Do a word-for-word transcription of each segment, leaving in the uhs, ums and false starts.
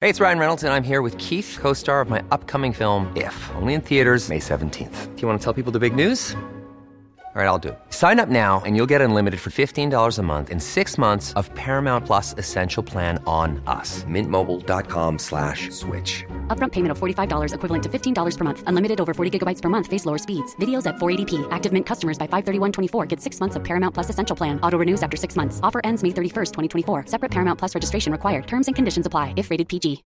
Hey, it's Ryan Reynolds, and I'm here with Keith, co-star of my upcoming film, If, only in theaters May seventeenth. Do you want to tell people the big news? All right, I'll do it. Sign up now and you'll get unlimited for fifteen dollars a month and six months of Paramount Plus Essential Plan on us. Mint Mobile dot com slash switch. Upfront payment of forty-five dollars equivalent to fifteen dollars per month. Unlimited over forty gigabytes per month. Face lower speeds. Videos at four eighty p. Active Mint customers by five thirty-one twenty-four get six months of Paramount Plus Essential Plan. Auto renews after six months. Offer ends May thirty-first, twenty twenty-four. Separate Paramount Plus registration required. Terms and conditions apply if rated P G.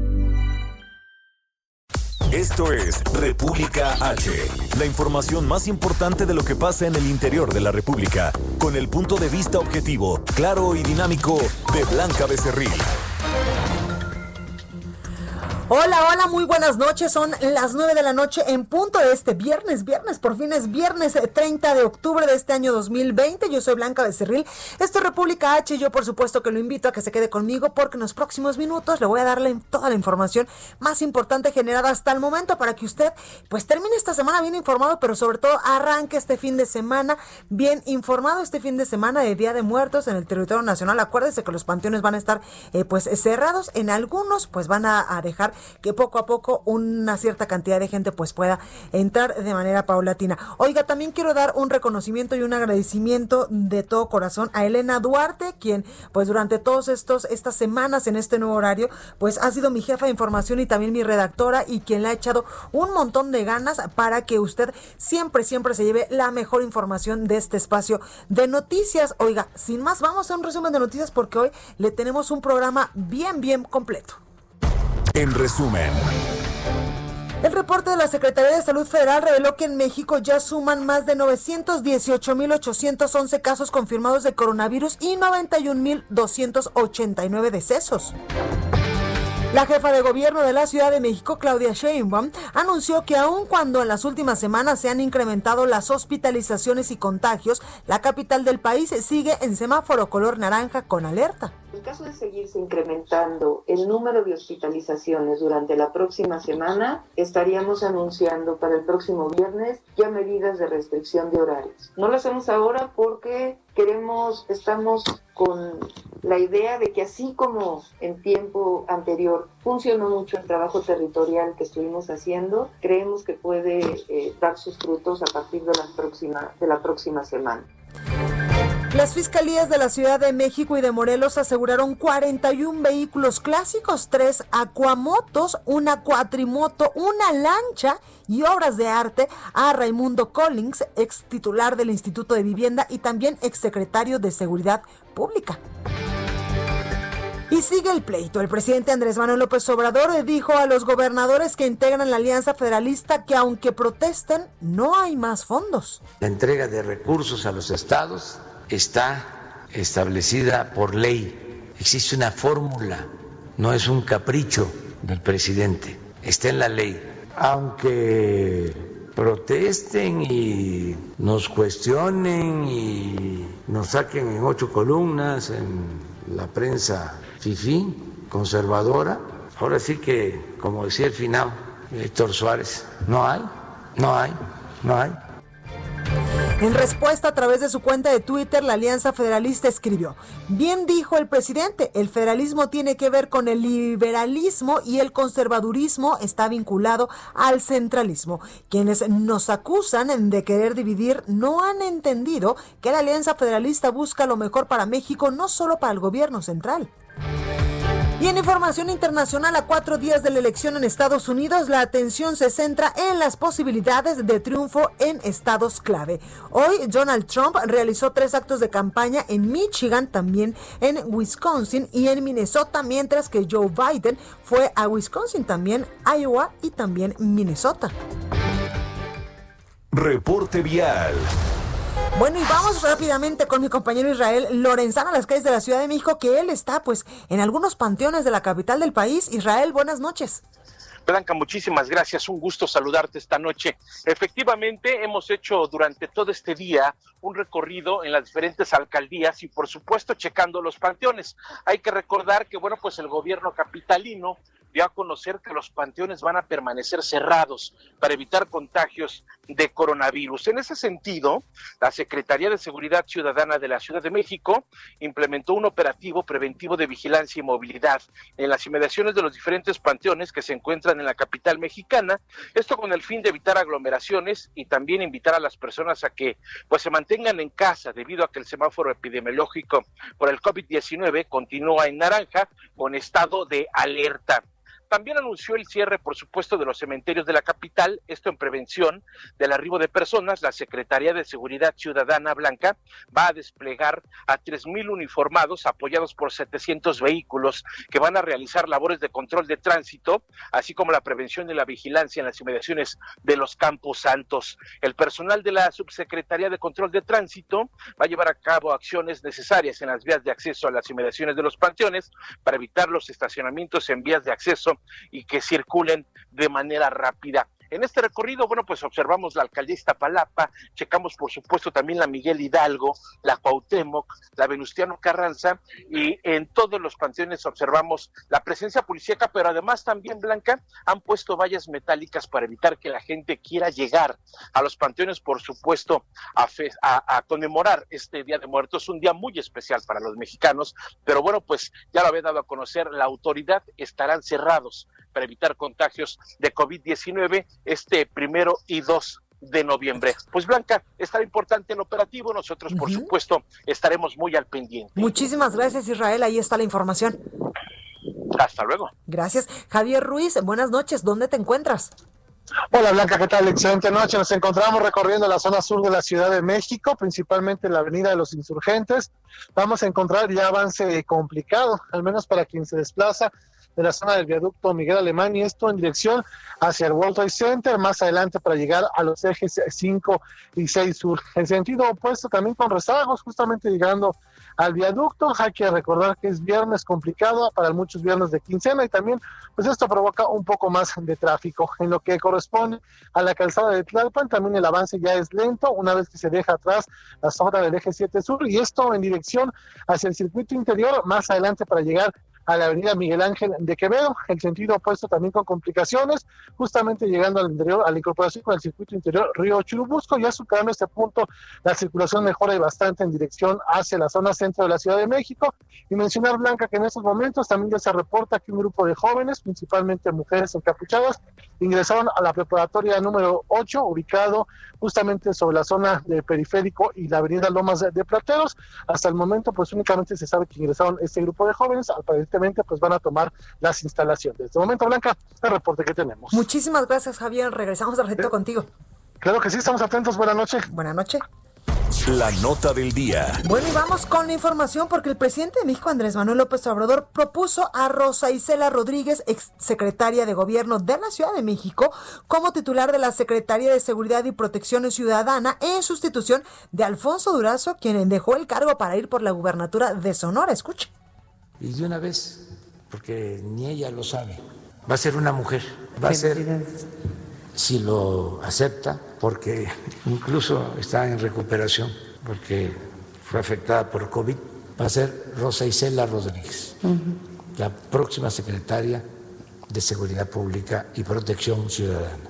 Esto es República H, la información más importante de lo que pasa en el interior de la República, con el punto de vista objetivo, claro y dinámico de Blanca Becerril. Hola, hola, muy buenas noches, son las nueve de la noche en punto de este viernes, viernes, por fin es viernes treinta de octubre de este año dos mil veinte, yo soy Blanca Becerril, esto es República H y yo por supuesto que lo invito a que se quede conmigo porque en los próximos minutos le voy a darle toda la información más importante generada hasta el momento para que usted pues termine esta semana bien informado, pero sobre todo arranque este fin de semana bien informado, este fin de semana de Día de Muertos en el territorio nacional. Acuérdese que los panteones van a estar eh, pues cerrados, en algunos pues van a, a dejar que poco a poco una cierta cantidad de gente pues pueda entrar de manera paulatina. Oiga, también quiero dar un reconocimiento y un agradecimiento de todo corazón a Elena Duarte, quien pues durante todos estos estas semanas en este nuevo horario pues ha sido mi jefa de información y también mi redactora y quien le ha echado un montón de ganas para que usted siempre, siempre se lleve la mejor información de este espacio de noticias. Oiga, sin más, vamos a un resumen de noticias porque hoy le tenemos un programa bien, bien completo. En resumen, el reporte de la Secretaría de Salud Federal reveló que en México ya suman más de novecientos dieciocho mil ochocientos once casos confirmados de coronavirus y noventa y un mil doscientos ochenta y nueve decesos. La jefa de gobierno de la Ciudad de México, Claudia Sheinbaum, anunció que aun cuando en las últimas semanas se han incrementado las hospitalizaciones y contagios, la capital del país sigue en semáforo color naranja con alerta. En caso de seguirse incrementando el número de hospitalizaciones durante la próxima semana, estaríamos anunciando para el próximo viernes ya medidas de restricción de horarios. No lo hacemos ahora porque queremos, estamos con la idea de que así como en tiempo anterior funcionó mucho el trabajo territorial que estuvimos haciendo, creemos que puede eh, dar sus frutos a partir de la próxima, de la próxima semana. Las fiscalías de la Ciudad de México y de Morelos aseguraron cuarenta y uno vehículos clásicos, tres acuamotos, una cuatrimoto, una lancha y obras de arte a Raimundo Collins, ex titular del Instituto de Vivienda y también exsecretario de Seguridad Pública. Y sigue el pleito. El presidente Andrés Manuel López Obrador dijo a los gobernadores que integran la Alianza Federalista que aunque protesten, no hay más fondos. La entrega de recursos a los estados está establecida por ley. Existe una fórmula, no es un capricho del presidente, está en la ley. Aunque protesten y nos cuestionen y nos saquen en ocho columnas en la prensa fifí, conservadora, ahora sí que, como decía el finado Héctor Suárez, no hay, no hay, no hay. En respuesta, a través de su cuenta de Twitter, la Alianza Federalista escribió: bien dijo el presidente, el federalismo tiene que ver con el liberalismo y el conservadurismo está vinculado al centralismo. Quienes nos acusan de querer dividir no han entendido que la Alianza Federalista busca lo mejor para México, no solo para el gobierno central. Y en información internacional, a cuatro días de la elección en Estados Unidos, la atención se centra en las posibilidades de triunfo en estados clave. Hoy, Donald Trump realizó tres actos de campaña en Michigan, también en Wisconsin y en Minnesota, mientras que Joe Biden fue a Wisconsin, también Iowa y también Minnesota. Reporte vial. Bueno, y vamos rápidamente con mi compañero Israel Lorenzana a las calles de la Ciudad de México, que él está pues en algunos panteones de la capital del país. Israel, buenas noches. Blanca, muchísimas gracias, un gusto saludarte esta noche. Efectivamente, hemos hecho durante todo este día un recorrido en las diferentes alcaldías y por supuesto checando los panteones. Hay que recordar que, bueno, pues el gobierno capitalino dio a conocer que los panteones van a permanecer cerrados para evitar contagios de coronavirus. En ese sentido, la Secretaría de Seguridad Ciudadana de la Ciudad de México implementó un operativo preventivo de vigilancia y movilidad en las inmediaciones de los diferentes panteones que se encuentran en la capital mexicana, esto con el fin de evitar aglomeraciones y también invitar a las personas a que pues se mantengan en casa debido a que el semáforo epidemiológico por el COVID diecinueve continúa en naranja con estado de alerta. También anunció el cierre, por supuesto, de los cementerios de la capital, esto en prevención del arribo de personas. La Secretaría de Seguridad Ciudadana Blanca va a desplegar a tres mil uniformados apoyados por setecientos vehículos que van a realizar labores de control de tránsito, así como la prevención y la vigilancia en las inmediaciones de los Campos Santos. El personal de la Subsecretaría de Control de Tránsito va a llevar a cabo acciones necesarias en las vías de acceso a las inmediaciones de los panteones para evitar los estacionamientos en vías de acceso y que circulen de manera rápida. En este recorrido, bueno, pues observamos la alcaldía Iztapalapa, checamos por supuesto también la Miguel Hidalgo, la Cuauhtémoc, la Venustiano Carranza, y en todos los panteones observamos la presencia policíaca, pero además también, Blanca, han puesto vallas metálicas para evitar que la gente quiera llegar a los panteones, por supuesto, a, fe, a, a conmemorar este Día de Muertos, un día muy especial para los mexicanos, pero bueno, pues ya lo había dado a conocer la autoridad, estarán cerrados para evitar contagios de COVID diecinueve este primero y dos de noviembre. Pues Blanca, estará importante el operativo, nosotros por uh-huh. supuesto estaremos muy al pendiente. Muchísimas gracias, Israel, ahí está la información. Hasta luego. Gracias. Javier Ruiz, buenas noches, ¿dónde te encuentras? Hola Blanca, ¿qué tal? Excelente noche. Nos encontramos recorriendo la zona sur de la Ciudad de México, principalmente la Avenida de los Insurgentes. Vamos a encontrar ya avance complicado, al menos para quien se desplaza de la zona del viaducto Miguel Alemán, y esto en dirección hacia el World Trade Center, más adelante para llegar a los ejes cinco y seis sur. En sentido opuesto también con rezagos, justamente llegando al viaducto. Hay que recordar que es viernes complicado para muchos viernes de quincena, y también pues esto provoca un poco más de tráfico. En lo que corresponde a la calzada de Tlalpan, también el avance ya es lento una vez que se deja atrás la zona del eje siete sur, y esto en dirección hacia el circuito interior, más adelante para llegar a la avenida Miguel Ángel de Quevedo. El sentido opuesto también con complicaciones, justamente llegando al interior, a la incorporación con el circuito interior Río Churubusco. Ya superando este punto, la circulación mejora bastante en dirección hacia la zona centro de la Ciudad de México. Y mencionar, Blanca, que en estos momentos también ya se reporta que un grupo de jóvenes, principalmente mujeres encapuchadas, ingresaron a la preparatoria número ocho, ubicado justamente sobre la zona de Periférico y la avenida Lomas de Plateros. Hasta el momento, pues únicamente se sabe que ingresaron este grupo de jóvenes, aparentemente pues van a tomar las instalaciones. De este momento, Blanca, el reporte que tenemos. Muchísimas gracias, Javier. Regresamos al reto ¿Eh? contigo. Claro que sí, estamos atentos. Buenas noches. Buenas noches. La nota del día. Bueno, y vamos con la información porque el presidente de México, Andrés Manuel López Obrador, propuso a Rosa Isela Rodríguez, exsecretaria de Gobierno de la Ciudad de México, como titular de la Secretaría de Seguridad y Protección Ciudadana, en sustitución de Alfonso Durazo, quien dejó el cargo para ir por la gubernatura de Sonora. Escuche. Y de una vez, porque ni ella lo sabe, va a ser una mujer, va a ser, si lo acepta, porque incluso está en recuperación, porque fue afectada por COVID, va a ser Rosa Isela Rodríguez, uh-huh. la próxima secretaria de Seguridad Pública y Protección Ciudadana.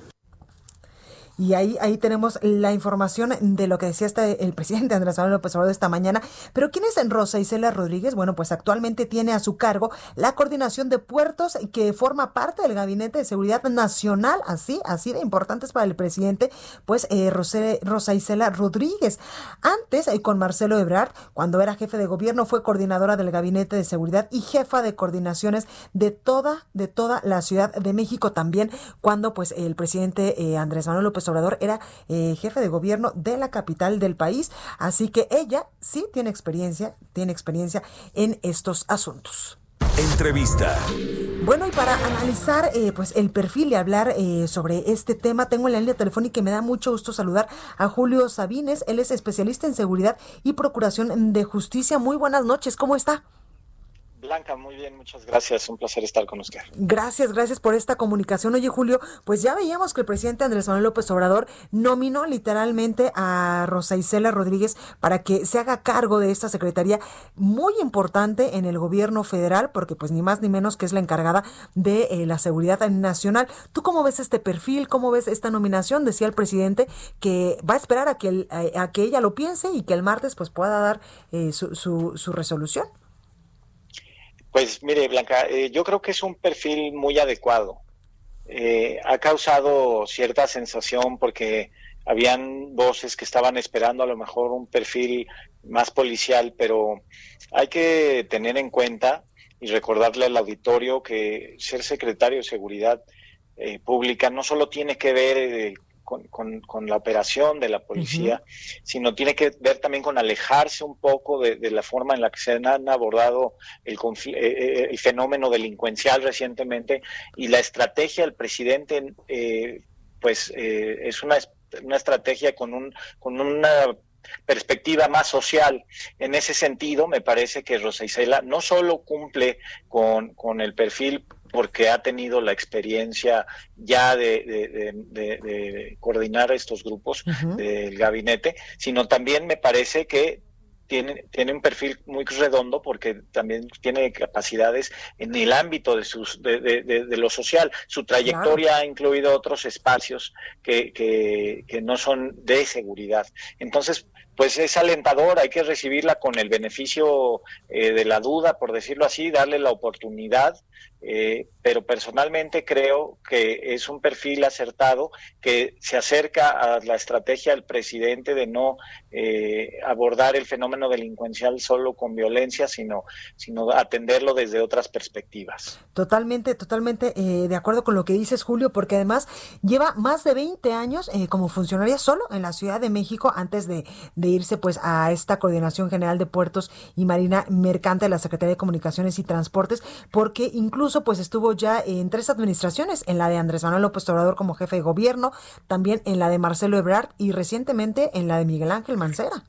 Y ahí, ahí tenemos la información de lo que decía este, el presidente Andrés Manuel López Obrador esta mañana. Pero ¿quién es Rosa Isela Rodríguez? Bueno, pues actualmente tiene a su cargo la coordinación de puertos, que forma parte del Gabinete de Seguridad Nacional, así, así de importantes para el presidente, pues eh, Rosa, Rosa Isela Rodríguez. Antes, eh, con Marcelo Ebrard, cuando era jefe de gobierno, fue coordinadora del Gabinete de Seguridad y jefa de coordinaciones de toda, de toda la Ciudad de México, también cuando pues el presidente eh, Andrés Manuel López Obrador era eh, jefe de gobierno de la capital del país, así que ella sí tiene experiencia, tiene experiencia en estos asuntos. Entrevista. Bueno, y para analizar eh, pues el perfil y hablar eh, sobre este tema, tengo en la línea telefónica y me da mucho gusto saludar a Julio Sabines. Él es especialista en seguridad y procuración de justicia. Muy buenas noches, ¿cómo está? Blanca, muy bien, muchas gracias, un placer estar con usted. Gracias, gracias por esta comunicación. Oye, Julio, pues ya veíamos que el presidente Andrés Manuel López Obrador nominó literalmente a Rosa Isela Rodríguez para que se haga cargo de esta secretaría muy importante en el gobierno federal, porque pues ni más ni menos que es la encargada de eh, la seguridad nacional. ¿Tú cómo ves este perfil? ¿Cómo ves esta nominación? Decía el presidente que va a esperar a que, el, a, a que ella lo piense y que el martes pues pueda dar eh, su, su, su resolución. Pues mire, Blanca, eh, yo creo que es un perfil muy adecuado. Eh, ha causado cierta sensación porque habían voces que estaban esperando a lo mejor un perfil más policial, pero hay que tener en cuenta y recordarle al auditorio que ser secretario de Seguridad eh, Pública no solo tiene que ver eh, Con, con, con la operación de la policía, uh-huh. sino tiene que ver también con alejarse un poco de, de la forma en la que se han abordado el, eh, el fenómeno delincuencial recientemente, y la estrategia del presidente eh, pues eh, es una, una estrategia con, un, con una perspectiva más social. En ese sentido, me parece que Rosa Isela no solo cumple con, con el perfil porque ha tenido la experiencia ya de, de, de, de, de coordinar estos grupos uh-huh. del gabinete, sino también me parece que tiene, tiene un perfil muy redondo porque también tiene capacidades en el ámbito de, sus, de, de, de, de lo social. Su trayectoria claro. ha incluido otros espacios que, que, que no son de seguridad. Entonces, pues es alentador, hay que recibirla con el beneficio eh, de la duda, por decirlo así, darle la oportunidad, eh, pero personalmente creo que es un perfil acertado que se acerca a la estrategia del presidente de no eh, abordar el fenómeno delincuencial solo con violencia, sino, sino atenderlo desde otras perspectivas. Totalmente, totalmente eh, de acuerdo con lo que dices, Julio, porque además lleva más de veinte años eh, como funcionaria solo en la Ciudad de México antes de, de irse pues a esta Coordinación General de Puertos y Marina Mercante de la Secretaría de Comunicaciones y Transportes, porque incluso pues estuvo ya en tres administraciones, en la de Andrés Manuel López Obrador como jefe de gobierno, también en la de Marcelo Ebrard y recientemente en la de Miguel Ángel Mancera.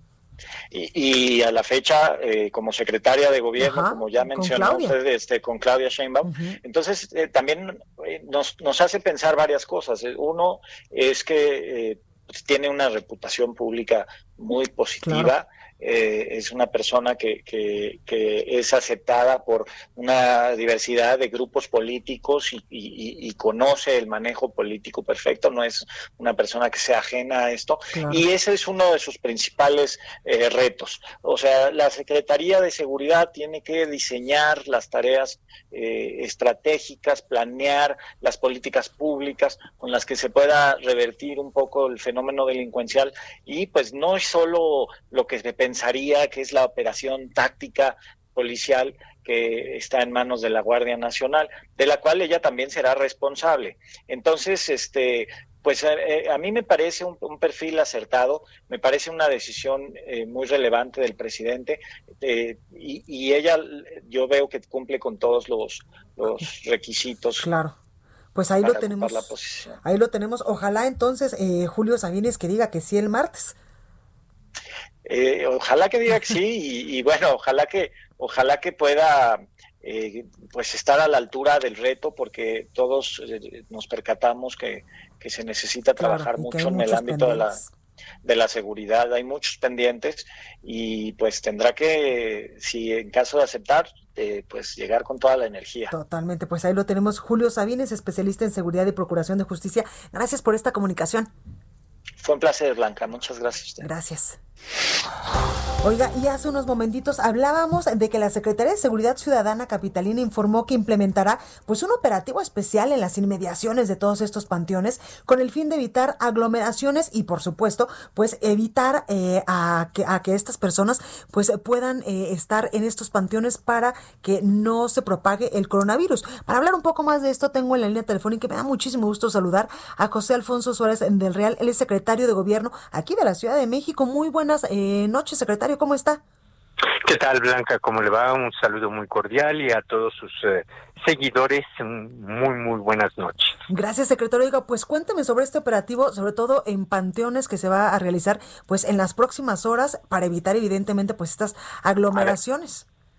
Y, y a la fecha, eh, como secretaria de gobierno, Ajá, como ya mencionó usted, este, con Claudia Sheinbaum. Uh-huh. Entonces, eh, también eh, nos, nos hace pensar varias cosas. Uno es que eh, pues, tiene una reputación pública muy positiva. Claro. Eh, es una persona que, que, que es aceptada por una diversidad de grupos políticos y, y, y conoce el manejo político perfecto, no es una persona que sea ajena a esto, claro. y ese es uno de sus principales eh, retos. O sea, la Secretaría de Seguridad tiene que diseñar las tareas eh, estratégicas, planear las políticas públicas con las que se pueda revertir un poco el fenómeno delincuencial, y pues no es solo lo que se pensaría que es la operación táctica policial que está en manos de la Guardia Nacional, de la cual ella también será responsable. Entonces, este, pues eh, a mí me parece un, un perfil acertado, me parece una decisión eh, muy relevante del presidente, eh, y, y ella, yo veo que cumple con todos los, los requisitos. Claro. Pues ahí lo tenemos. Ahí lo tenemos. Ojalá entonces eh, Julio Sabines que diga que sí el martes. Eh, ojalá que diga que sí y, y bueno, ojalá que ojalá que pueda eh, pues estar a la altura del reto, porque todos eh, nos percatamos que, que se necesita claro, trabajar mucho en el ámbito de la de la seguridad, hay muchos pendientes y pues tendrá que, si en caso de aceptar, eh, pues llegar con toda la energía. Totalmente, pues ahí lo tenemos. Julio Sabines, especialista en seguridad y procuración de justicia. Gracias por esta comunicación. Fue un placer, Blanca. Muchas gracias a usted. Gracias. Oiga, y hace unos momentitos hablábamos de que la Secretaría de Seguridad Ciudadana capitalina informó que implementará pues un operativo especial en las inmediaciones de todos estos panteones con el fin de evitar aglomeraciones y por supuesto pues evitar eh, a, que, a que estas personas pues puedan eh, estar en estos panteones para que no se propague el coronavirus. Para hablar un poco más de esto tengo en la línea telefónica, me da muchísimo gusto saludar a José Alfonso Suárez del Real, él es secretario de Gobierno aquí de la Ciudad de México. Muy buenas eh, noches, secretario. ¿Cómo está? ¿Qué tal, Blanca? ¿Cómo le va? Un saludo muy cordial y a todos sus eh, seguidores, muy, muy buenas noches. Gracias, secretario. Oiga, pues cuénteme sobre este operativo, sobre todo en panteones que se va a realizar pues en las próximas horas para evitar evidentemente pues estas aglomeraciones.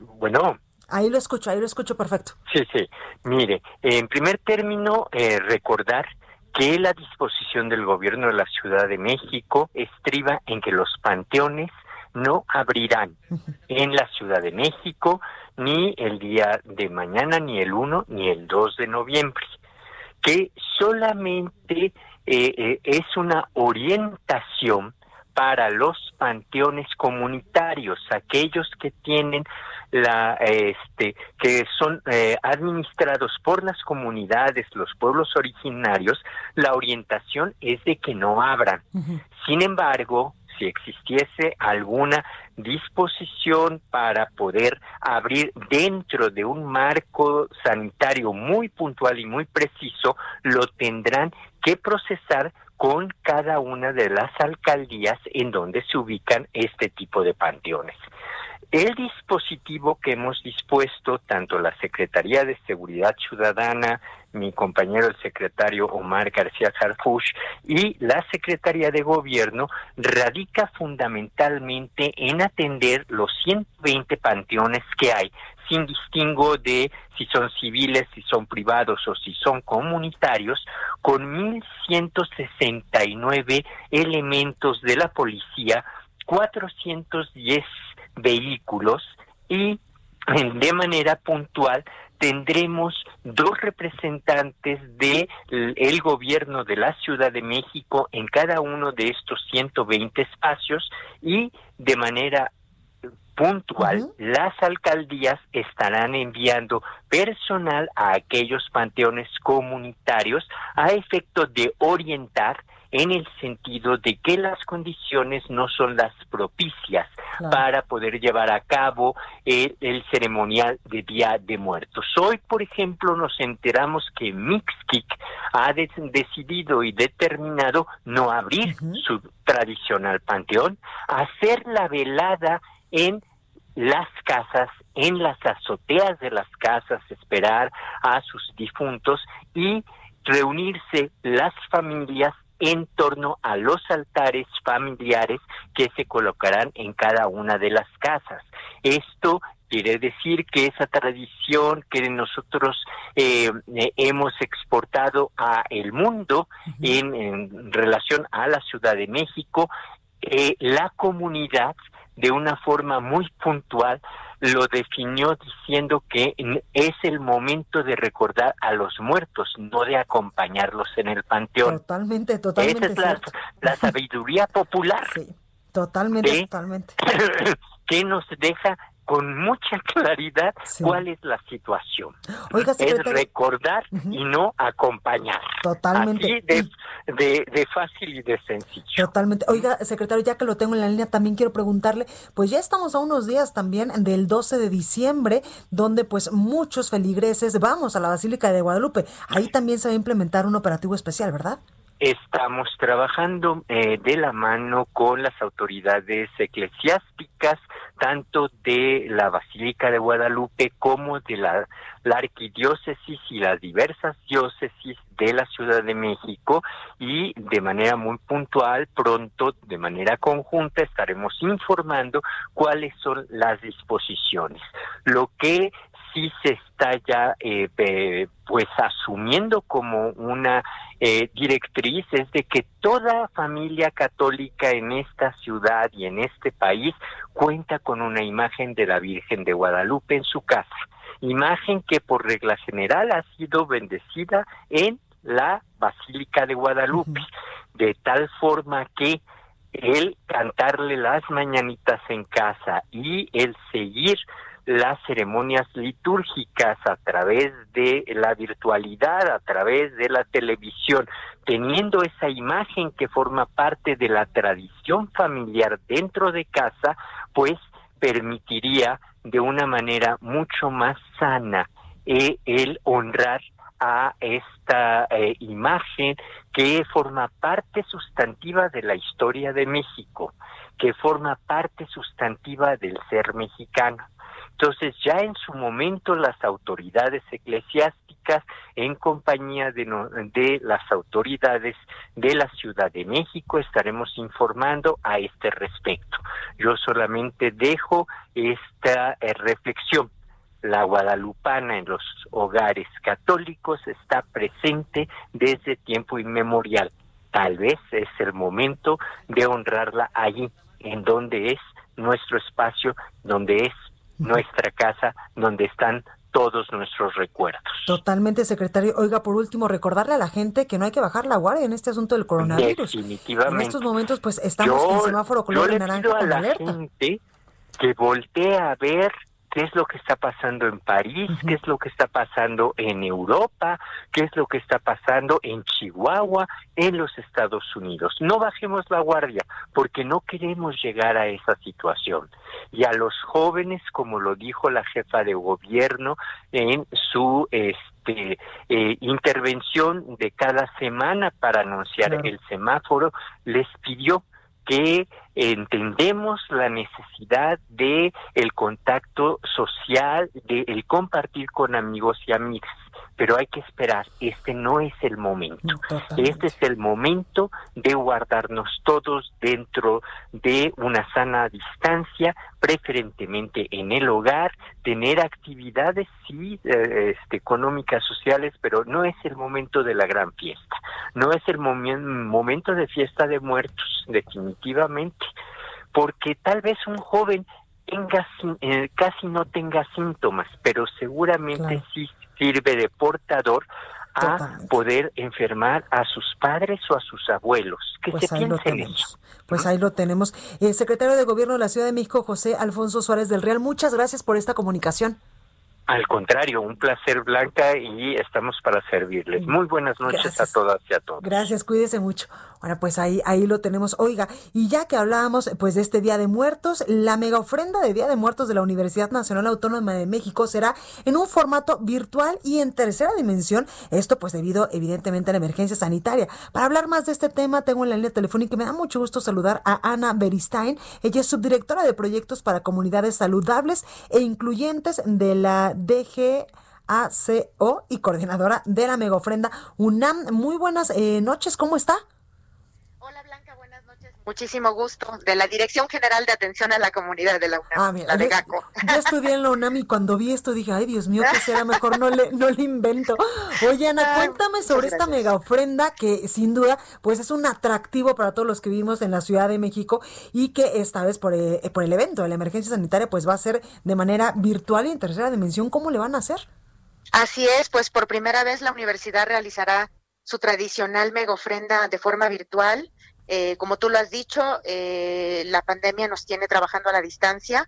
Bueno. Ahí lo escucho, ahí lo escucho perfecto. Sí, sí. Mire, en primer término, eh, recordar que la disposición del gobierno de la Ciudad de México estriba en que los panteones no abrirán en la Ciudad de México ni el día de mañana, ni el uno, ni el dos de noviembre, que solamente eh, eh, es una orientación para los panteones comunitarios, aquellos que tienen la este que son eh, administrados por las comunidades, los pueblos originarios. La orientación es de que no abran. Uh-huh. Sin embargo, si existiese alguna disposición para poder abrir dentro de un marco sanitario muy puntual y muy preciso, lo tendrán que procesar con cada una de las alcaldías en donde se ubican este tipo de panteones. El dispositivo que hemos dispuesto, tanto la Secretaría de Seguridad Ciudadana, mi compañero el secretario Omar García Harfuch, y la Secretaría de Gobierno, radica fundamentalmente en atender los ciento veinte panteones que hay, sin distingo de si son civiles, si son privados o si son comunitarios, con mil ciento sesenta y nueve elementos de la policía, cuatrocientos diez vehículos y de manera puntual tendremos dos representantes del el gobierno de la Ciudad de México en cada uno de estos ciento veinte espacios, y de manera puntual, uh-huh. las alcaldías estarán enviando personal a aquellos panteones comunitarios a efecto de orientar en el sentido de que las condiciones no son las propicias claro. para poder llevar a cabo el, el ceremonial de Día de Muertos. Hoy, por ejemplo, nos enteramos que Mixquic ha de, decidido y determinado no abrir uh-huh. su tradicional panteón, hacer la velada en las casas, en las azoteas de las casas, esperar a sus difuntos y reunirse las familias en torno a los altares familiares que se colocarán en cada una de las casas. Esto quiere decir que esa tradición que nosotros eh, eh, hemos exportado a el mundo uh-huh. en, en relación a la Ciudad de México, eh, la comunidad de una forma muy puntual lo definió diciendo que es el momento de recordar a los muertos, no de acompañarlos en el panteón. Totalmente, totalmente. Esa es la, la sabiduría popular. Sí, totalmente, de, totalmente. Que nos deja con mucha claridad sí. cuál es la situación. Oiga, es recordar uh-huh. y no acompañar. Totalmente. Así de, de, de fácil y de sencillo. Totalmente. Oiga, secretario, ya que lo tengo en la línea, también quiero preguntarle, pues ya estamos a unos días también del doce de diciembre, donde pues muchos feligreses vamos a la Basílica de Guadalupe. Ahí también se va a implementar un operativo especial, ¿verdad? Estamos trabajando eh, de la mano con las autoridades eclesiásticas, tanto de la Basílica de Guadalupe como de la, la arquidiócesis y las diversas diócesis de la Ciudad de México, y de manera muy puntual, pronto, de manera conjunta, estaremos informando cuáles son las disposiciones. Lo que sí se está ya eh, eh, pues asumiendo como una eh, directriz es de que toda familia católica en esta ciudad y en este país cuenta con una imagen de la Virgen de Guadalupe en su casa, imagen que por regla general ha sido bendecida en la Basílica de Guadalupe, uh-huh. de tal forma que el cantarle las mañanitas en casa y el seguir las ceremonias litúrgicas a través de la virtualidad, a través de la televisión, teniendo esa imagen que forma parte de la tradición familiar dentro de casa, pues permitiría de una manera mucho más sana eh, el honrar a esta eh, imagen que forma parte sustantiva de la historia de México, que forma parte sustantiva del ser mexicano. Entonces, ya en su momento las autoridades eclesiásticas públicas en compañía de, no, de las autoridades de la Ciudad de México. Estaremos informando a este respecto. Yo solamente dejo esta eh, reflexión. La guadalupana en los hogares católicos está presente desde tiempo inmemorial. Tal vez es el momento de honrarla allí, en donde es nuestro espacio, donde es nuestra casa, donde están todos nuestros recuerdos. Totalmente, secretario. Oiga, por último, recordarle a la gente que no hay que bajar la guardia en este asunto del coronavirus. Definitivamente. En estos momentos, pues, estamos yo, en semáforo color yo naranja le pido a con la alerta. gente que voltee a ver qué es lo que está pasando en París, uh-huh. qué es lo que está pasando en Europa, qué es lo que está pasando en Chihuahua, en los Estados Unidos. No bajemos la guardia, porque no queremos llegar a esa situación. Y a los jóvenes, como lo dijo la jefa de gobierno en su este eh, intervención de cada semana para anunciar claro. el semáforo, les pidió que entendemos la necesidad de el contacto social, de el compartir con amigos y amigas, pero hay que esperar. Este no es el momento. Totalmente. Este es el momento de guardarnos todos dentro de una sana distancia, preferentemente en el hogar, tener actividades sí eh, este, económicas, sociales, pero no es el momento de la gran fiesta. No es el momen- momento de fiesta de muertos, definitivamente, porque tal vez un joven tenga eh, casi no tenga síntomas, pero seguramente claro. sí sirve de portador a Totalmente. poder enfermar a sus padres o a sus abuelos. Que pues se ahí lo piensen tenemos. eso. Pues ahí lo tenemos. Eh, secretario de Gobierno de la Ciudad de México, José Alfonso Suárez del Real, muchas gracias por esta comunicación. Al contrario, un placer, Blanca, y estamos para servirles. Muy buenas noches Gracias. a todas y a todos. Gracias, cuídese mucho. Bueno, pues ahí ahí lo tenemos. Oiga, y ya que hablábamos pues de este Día de Muertos, la mega ofrenda de Día de Muertos de la Universidad Nacional Autónoma de México será en un formato virtual y en tercera dimensión, esto pues debido evidentemente a la emergencia sanitaria. Para hablar más de este tema, tengo en la línea telefónica y me da mucho gusto saludar a Ana Beristain. Ella es subdirectora de proyectos para comunidades saludables e incluyentes de la D G A C O y coordinadora de la mega ofrenda UNAM. Muy buenas eh, noches, ¿cómo está? Hola Blanca, buenas noches. Muchísimo gusto. De la Dirección General de Atención a la Comunidad de la UNAM, ah, mira, la de yo, GACO. Yo estudié en la UNAM y cuando vi esto dije, ay Dios mío, ¿qué será? Mejor no le, no le invento. Oye Ana, ay, cuéntame sobre esta mega ofrenda que sin duda pues es un atractivo para todos los que vivimos en la Ciudad de México y que esta vez por, eh, por el evento de la emergencia sanitaria pues va a ser de manera virtual y en tercera dimensión. ¿Cómo le van a hacer? Así es, pues por primera vez la universidad realizará su tradicional mega ofrenda de forma virtual. Eh, como tú lo has dicho, eh, la pandemia nos tiene trabajando a la distancia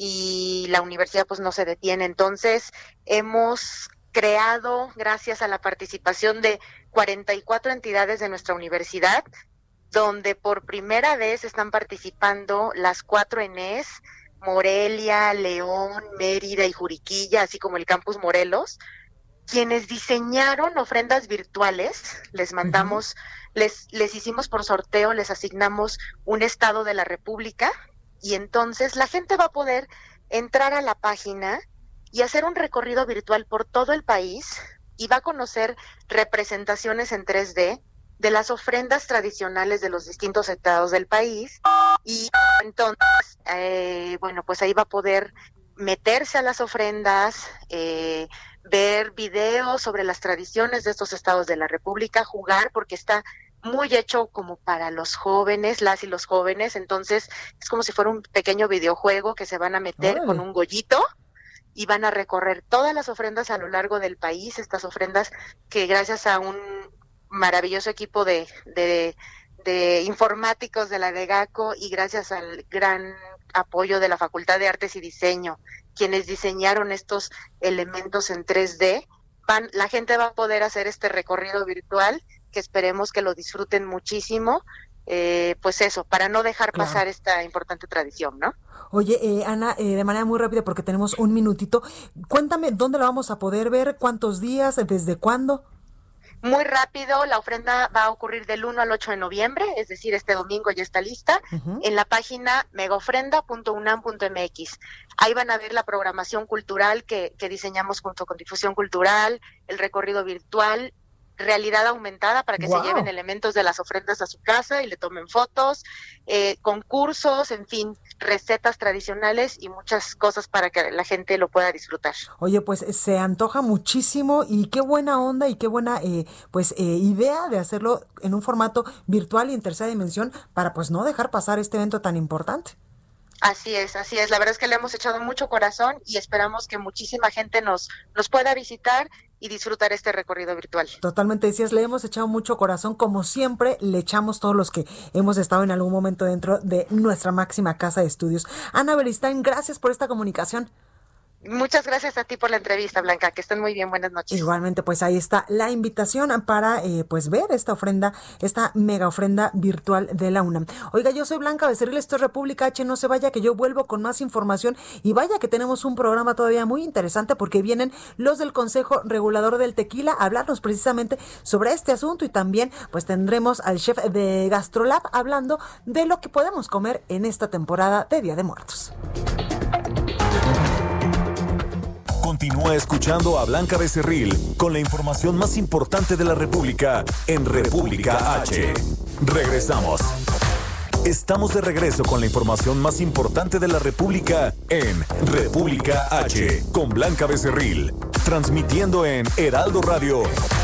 y la universidad pues no se detiene. Entonces hemos creado, gracias a la participación de cuarenta y cuatro entidades de nuestra universidad, donde por primera vez están participando las cuatro E N E S, Morelia, León, Mérida y Juriquilla, así como el Campus Morelos, quienes diseñaron ofrendas virtuales. Les mandamos, uh-huh. les, les hicimos por sorteo, les asignamos un estado de la República y entonces la gente va a poder entrar a la página y hacer un recorrido virtual por todo el país y va a conocer representaciones en tres D de las ofrendas tradicionales de los distintos estados del país y entonces, eh, bueno, pues ahí va a poder meterse a las ofrendas, eh, ver videos sobre las tradiciones de estos estados de la República, jugar porque está muy hecho como para los jóvenes, las y los jóvenes, entonces es como si fuera un pequeño videojuego que se van a meter ¡Ay! Con un gollito y van a recorrer todas las ofrendas a lo largo del país, estas ofrendas que gracias a un maravilloso equipo de, de, de informáticos de la de GACO y gracias al gran apoyo de la Facultad de Artes y Diseño, quienes diseñaron estos elementos en tres D, van, la gente va a poder hacer este recorrido virtual, que esperemos que lo disfruten muchísimo, eh, pues eso, para no dejar claro. pasar esta importante tradición, ¿no? Oye, eh, Ana, eh, de manera muy rápida, porque tenemos un minutito, cuéntame, ¿dónde la vamos a poder ver? ¿Cuántos días? ¿Desde cuándo? Muy rápido, la ofrenda va a ocurrir del uno al ocho de noviembre, es decir, este domingo ya está lista, uh-huh. en la página megaofrenda punto unam punto m x. Ahí van a ver la programación cultural que, que diseñamos junto con Difusión Cultural, el recorrido virtual, realidad aumentada para que wow. se lleven elementos de las ofrendas a su casa y le tomen fotos, eh, concursos, en fin, recetas tradicionales y muchas cosas para que la gente lo pueda disfrutar. Oye, pues se antoja muchísimo y qué buena onda y qué buena eh, pues eh, idea de hacerlo en un formato virtual y en tercera dimensión para pues no dejar pasar este evento tan importante. Así es, así es. La verdad es que le hemos echado mucho corazón y esperamos que muchísima gente nos, nos pueda visitar y disfrutar este recorrido virtual. Totalmente, decías, le hemos echado mucho corazón, como siempre le echamos todos los que hemos estado en algún momento dentro de nuestra máxima casa de estudios. Ana Beristain, gracias por esta comunicación. Muchas gracias a ti por la entrevista, Blanca, que estén muy bien, buenas noches. Igualmente, pues ahí está la invitación para eh, pues ver esta ofrenda, esta mega ofrenda virtual de la UNAM. Oiga, yo soy Blanca Becerril, esto es República H, no se vaya que yo vuelvo con más información y vaya que tenemos un programa todavía muy interesante porque vienen los del Consejo Regulador del Tequila a hablarnos precisamente sobre este asunto y también pues tendremos al chef de GastroLab hablando de lo que podemos comer en esta temporada de Día de Muertos. Continúa escuchando a Blanca Becerril con la información más importante de la República en República H. Regresamos. Estamos de regreso con la información más importante de la República en República H con Blanca Becerril, transmitiendo en Heraldo Radio.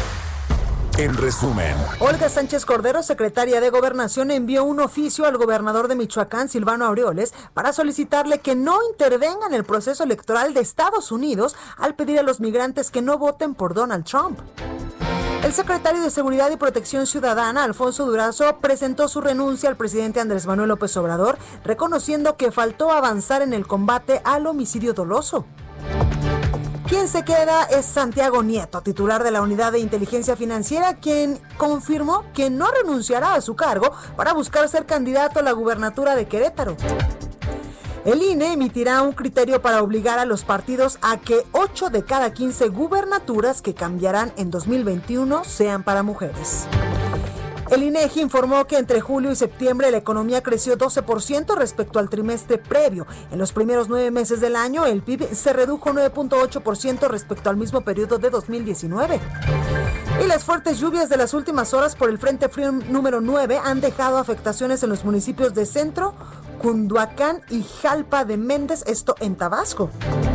En resumen, Olga Sánchez Cordero, secretaria de Gobernación, envió un oficio al gobernador de Michoacán, Silvano Aureoles, para solicitarle que no intervenga en el proceso electoral de Estados Unidos al pedir a los migrantes que no voten por Donald Trump. El secretario de Seguridad y Protección Ciudadana, Alfonso Durazo, presentó su renuncia al presidente Andrés Manuel López Obrador, reconociendo que faltó avanzar en el combate al homicidio doloso. Quien se queda es Santiago Nieto, titular de la Unidad de Inteligencia Financiera, quien confirmó que no renunciará a su cargo para buscar ser candidato a la gubernatura de Querétaro. El I N E emitirá un criterio para obligar a los partidos a que ocho de cada quince gubernaturas que cambiarán en dos mil veintiuno sean para mujeres. El INEGI informó que entre julio y septiembre la economía creció doce por ciento respecto al trimestre previo. En los primeros nueve meses del año, el P I B se redujo nueve punto ocho por ciento respecto al mismo periodo de dos mil diecinueve. Y las fuertes lluvias de las últimas horas por el Frente Frío número nueve han dejado afectaciones en los municipios de Centro, Cunduacán y Jalpa de Méndez, esto en Tabasco.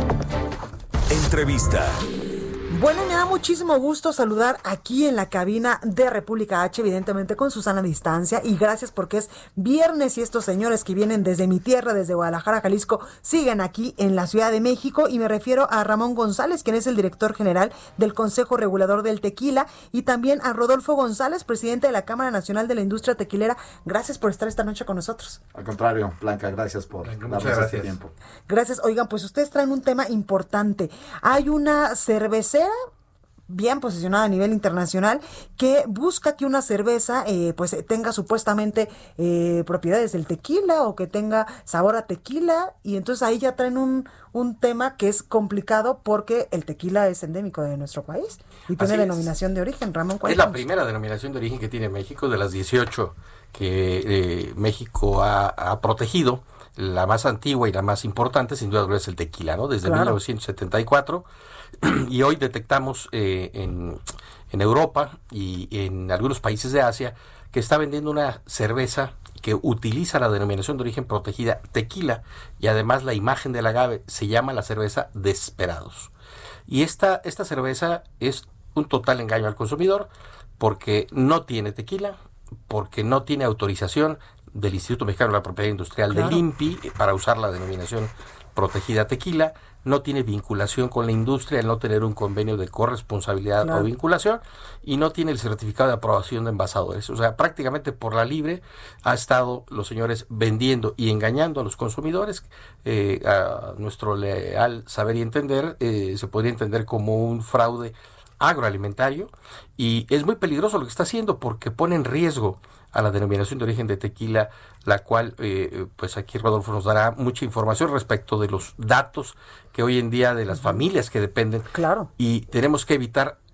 Entrevista. Bueno, me da muchísimo gusto saludar aquí en la cabina de República H, evidentemente con Susana a distancia, y gracias porque es viernes y estos señores que vienen desde mi tierra, desde Guadalajara, Jalisco, siguen aquí en la Ciudad de México, y me refiero a Ramón González, quien es el director general del Consejo Regulador del Tequila, y también a Rodolfo González, presidente de la Cámara Nacional de la Industria Tequilera. Gracias por estar esta noche con nosotros. Al contrario, Blanca, gracias por darnos este tiempo. Gracias. Oigan, pues ustedes traen un tema importante. Hay una cervecera bien posicionada a nivel internacional que busca que una cerveza eh, pues tenga supuestamente eh, propiedades del tequila o que tenga sabor a tequila, y entonces ahí ya traen un, un tema que es complicado porque el tequila es endémico de nuestro país y tiene Así denominación es. de origen. Ramón, es la primera denominación de origen que tiene México, de las dieciocho que eh, México ha, ha protegido. La más antigua y la más importante sin duda es el tequila, ¿no? Desde claro. mil novecientos setenta y cuatro, y hoy detectamos eh, en, en Europa y en algunos países de Asia que está vendiendo una cerveza que utiliza la denominación de origen protegida tequila, y además la imagen del agave se llama la cerveza Desperados. Y esta, esta cerveza es un total engaño al consumidor porque no tiene tequila, porque no tiene autorización del Instituto Mexicano de la Propiedad Industrial, claro, del I N P I, para usar la denominación protegida tequila, no tiene vinculación con la industria, el no tener un convenio de corresponsabilidad, claro, o vinculación, y no tiene el certificado de aprobación de envasadores. O sea, prácticamente por la libre ha estado los señores vendiendo y engañando a los consumidores. Eh, a nuestro leal saber y entender, eh, se podría entender como un fraude agroalimentario, y es muy peligroso lo que está haciendo porque pone en riesgo a la denominación de origen de tequila, la cual eh, pues aquí Rodolfo nos dará mucha información respecto de los datos que hoy en día de las familias que dependen, claro, y tenemos que evitar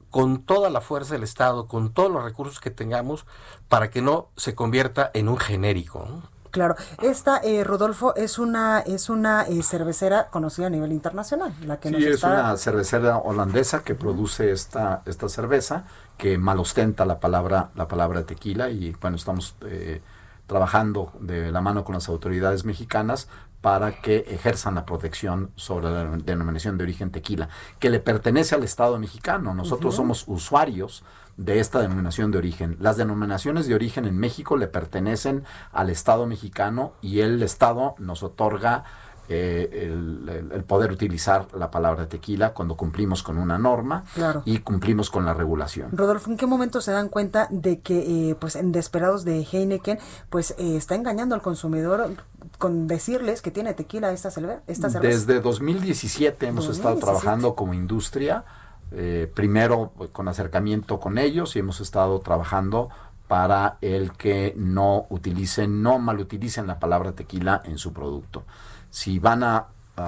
con toda la fuerza del Estado, con todos los recursos que tengamos, para que no se convierta en un genérico, ¿no? Claro, esta, eh, Rodolfo, es una es una eh, cervecera conocida a nivel internacional, la que sí, nos es está... una cervecera holandesa que produce esta esta cerveza, que mal ostenta la palabra la palabra tequila, y bueno, estamos eh, trabajando de la mano con las autoridades mexicanas para que ejerzan la protección sobre la denominación de origen tequila, que le pertenece al Estado mexicano. Nosotros uh-huh. somos usuarios de esta denominación de origen. Las denominaciones de origen en México le pertenecen al Estado mexicano, y el Estado nos otorga eh, el, el, el poder utilizar la palabra tequila cuando cumplimos con una norma claro. y cumplimos con la regulación. Rodolfo, ¿en qué momento se dan cuenta de que, eh, pues, en Desperados de Heineken, pues, eh, está engañando al consumidor con decirles que tiene tequila esta, cerve- esta cerveza? Desde dos mil diecisiete hemos dos mil diecisiete. Estado trabajando como industria, eh, primero pues, con acercamiento con ellos, y hemos estado trabajando para el que no utilicen, no malutilicen la palabra tequila en su producto. Si van a,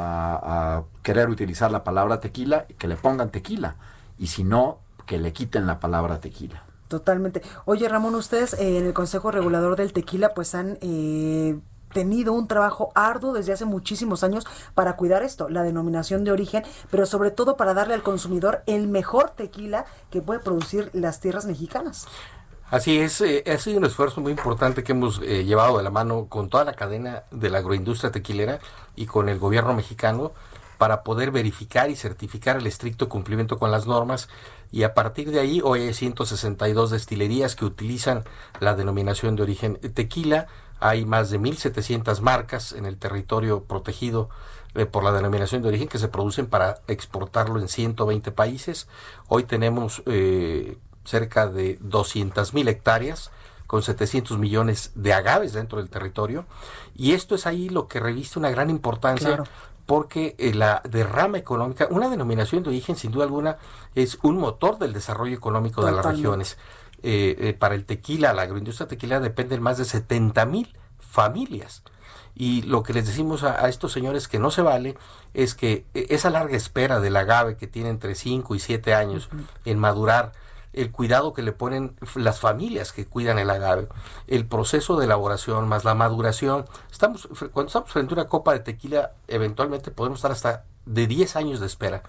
a, a querer utilizar la palabra tequila, que le pongan tequila, y si no, que le quiten la palabra tequila. Totalmente. Oye, Ramón, ustedes eh, en el Consejo Regulador del Tequila pues han eh, tenido un trabajo arduo desde hace muchísimos años para cuidar esto, la denominación de origen, pero sobre todo para darle al consumidor el mejor tequila que puede producir las tierras mexicanas. Así es, eh, ha sido un esfuerzo muy importante que hemos eh, llevado de la mano con toda la cadena de la agroindustria tequilera y con el gobierno mexicano para poder verificar y certificar el estricto cumplimiento con las normas, y a partir de ahí hoy hay ciento sesenta y dos destilerías que utilizan la denominación de origen tequila. Hay más de mil setecientas marcas en el territorio protegido eh, por la denominación de origen que se producen para exportarlo en ciento veinte países. Hoy tenemos eh, cerca de doscientas mil hectáreas con setecientos millones de agaves dentro del territorio, y esto es ahí lo que reviste una gran importancia, claro. porque eh, la derrama económica, una denominación de origen sin duda alguna es un motor del desarrollo económico Totalmente. de las regiones. Eh, eh, para el tequila, la agroindustria tequilera dependen más de setenta mil familias. Y lo que les decimos a, a estos señores que no se vale es que esa larga espera del agave que tiene entre cinco y siete años uh-huh. en madurar, el cuidado que le ponen las familias que cuidan el agave, el proceso de elaboración más la maduración. Estamos cuando estamos frente a una copa de tequila, eventualmente podemos estar hasta de diez años de espera.